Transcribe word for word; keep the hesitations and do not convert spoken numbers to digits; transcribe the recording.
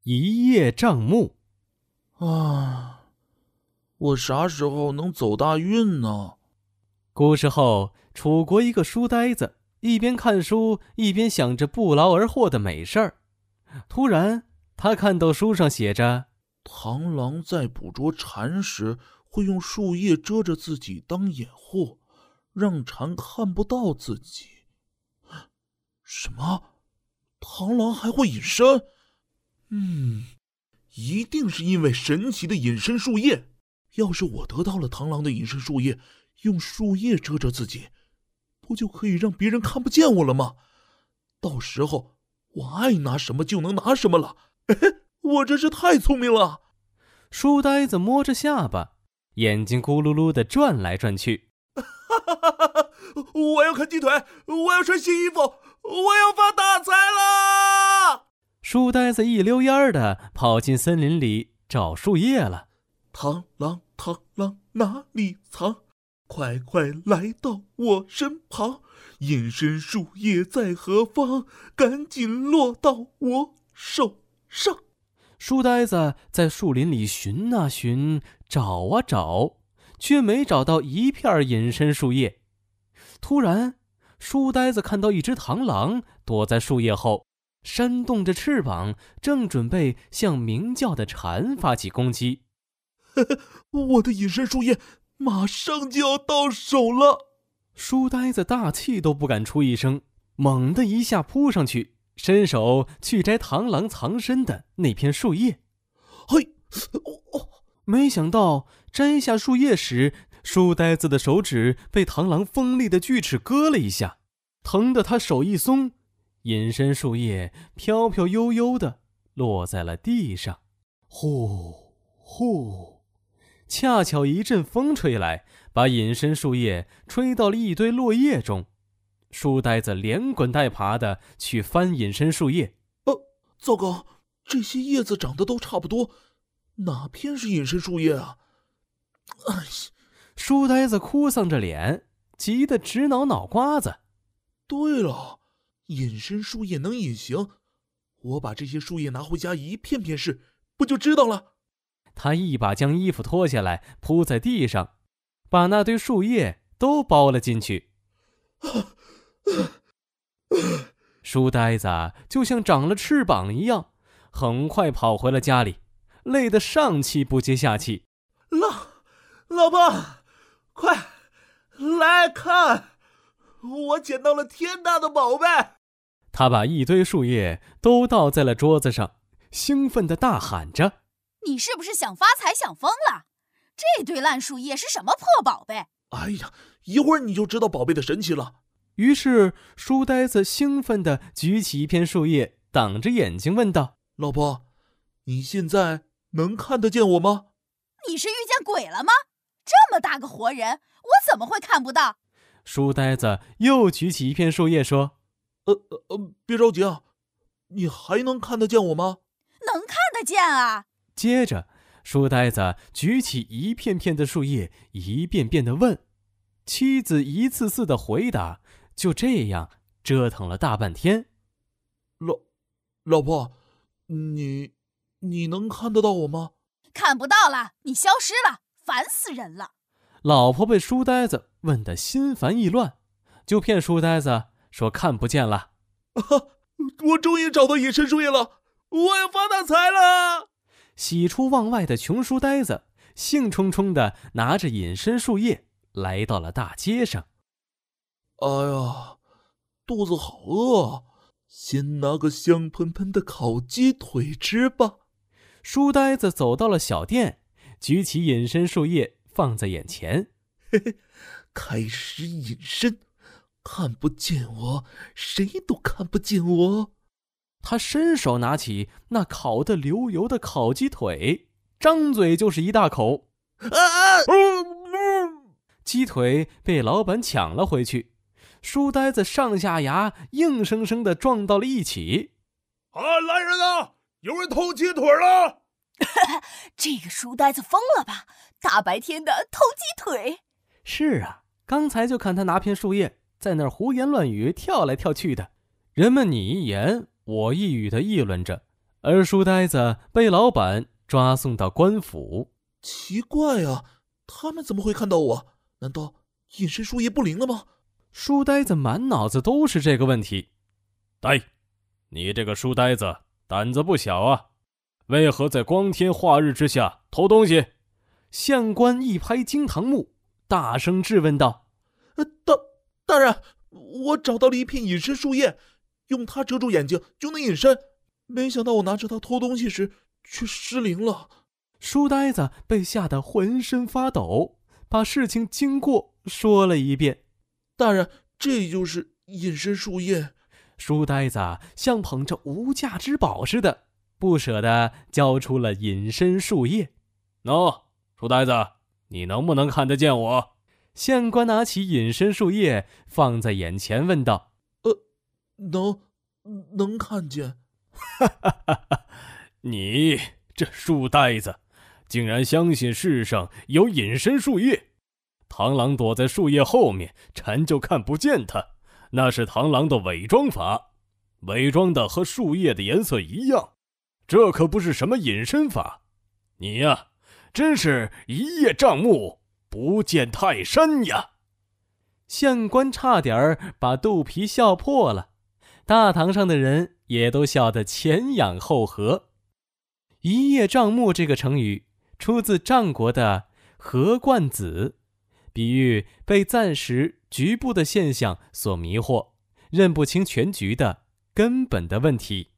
一叶障目。 啊，我啥时候能走大运呢？ 古时候，楚国一个书呆子一边看书一边想着不劳而获的美事儿。突然他看到书上写着， 螳螂在捕捉蝉时会用树叶遮着自己当掩护，让蝉看不到自己。什么？螳螂还会隐身？嗯，一定是因为神奇的隐身树叶。要是我得到了螳螂的隐身树叶，用树叶遮着自己，不就可以让别人看不见我了吗？到时候我爱拿什么就能拿什么了。我真是太聪明了。 书呆子摸着下巴，眼睛咕噜噜地转来转去。 我要啃鸡腿，我要穿新衣服，我要发大财了！ 书呆子一溜烟的跑进森林里找树叶了。 螳螂，螳螂哪里藏？快快来到我身旁，隐身树叶在何方？赶紧落到我手上。 书呆子在树林里寻啊寻，找啊找，却没找到一片隐身树叶。突然，书呆子看到一只螳螂躲在树叶后，扇动着翅膀，正准备向鸣叫的蝉发起攻击。 我的隐身树叶马上就要到手了！ 书呆子大气都不敢出一声，猛地一下扑上去，伸手去摘螳螂藏身的那片树叶。 嘿，哦， 没想到摘下树叶时，书呆子的手指被螳螂锋利的锯齿割了一下，疼得他手一松，隐身树叶飘飘悠悠的落在了地上。呼呼，恰巧一阵风吹来，把隐身树叶吹到了一堆落叶中。书呆子连滚带爬的去翻隐身树叶。 呃，糟糕，这些叶子长得都差不多，哪片是隐身树叶啊？哎， 书呆子哭丧着脸，急得直挠脑瓜子。 对了，隐身树叶能隐形，我把这些树叶拿回家一片片试，不就知道了？ 他一把将衣服脱下来铺在地上，把那堆树叶都包了进去。书呆子就像长了翅膀一样，很快跑回了家里，累得上气不接下气。 老老婆，快来看，我捡到了天大的宝贝！ 他把一堆树叶都倒在了桌子上，兴奋地大喊着： 你是不是想发财想疯了？这堆烂树叶是什么破宝贝？ 哎呀，一会儿你就知道宝贝的神奇了。 于是书呆子兴奋地举起一片树叶，挡着眼睛问道： 老婆，你现在能看得见我吗？ 你是遇见鬼了吗？这么大个活人，我怎么会看不到？ 书呆子又举起一片树叶说： 呃呃呃，别着急啊，你还能看得见我吗？ 能看得见啊。 接着书呆子举起一片片的树叶，一遍遍地问，妻子一次次的回答，就这样折腾了大半天。 老老婆，你你能看得到我吗？ 看不到了，你消失了，烦死人了。 老婆被书呆子问得心烦意乱，就骗书呆子说看不见了。 啊，我终于找到隐身树叶了，我要发大财了！ 喜出望外的穷书呆子兴冲冲地拿着隐身树叶来到了大街上。 哎呀，肚子好饿，先拿个香喷喷的烤鸡腿吃吧。 书呆子走到了小店，举起隐身树叶放在眼前。 嘿嘿，开始隐身，看不见我，谁都看不见我。 他伸手拿起那烤得流油的烤鸡腿，张嘴就是一大口。 啊啊！嗯嗯， 鸡腿被老板抢了回去，书呆子上下牙硬生生地撞到了一起。 啊，来人啊！有人偷鸡腿了！ 这个书呆子疯了吧？大白天的偷鸡腿？ 是啊，刚才就看他拿片树叶在那儿胡言乱语，跳来跳去的。人们你一言我一语地议论着， 而书呆子被老板抓送到官府。 奇怪啊，他们怎么会看到我？难道隐身术业不灵了吗？ 书呆子满脑子都是这个问题。呆，你这个书呆子胆子不小啊，为何在光天化日之下偷东西？县官一拍惊堂木，大声质问道： 呃，大大人，我找到了一片隐身树叶，用它遮住眼睛就能隐身，没想到我拿着它偷东西时却失灵了。 书呆子被吓得浑身发抖，把事情经过说了一遍。 大人，这就是隐身树叶。 书呆子像捧着无价之宝似的，不舍得交出了隐身树叶。喏，书呆子，你能不能看得见我？县官拿起隐身树叶放在眼前问道： 呃，能能看见。 哈哈哈哈，你这书呆子竟然相信世上有隐身树叶。螳螂躲在树叶后面，蝉就看不见它，那是螳螂的伪装法，伪装的和树叶的颜色一样，这可不是什么隐身法。你呀，真是一叶障目，不见泰山呀！县官差点把肚皮笑破了，大堂上的人也都笑得前仰后合。一叶障目这个成语出自战国的何冠子，比喻被暂时局部的现象所迷惑，认不清全局的根本的问题。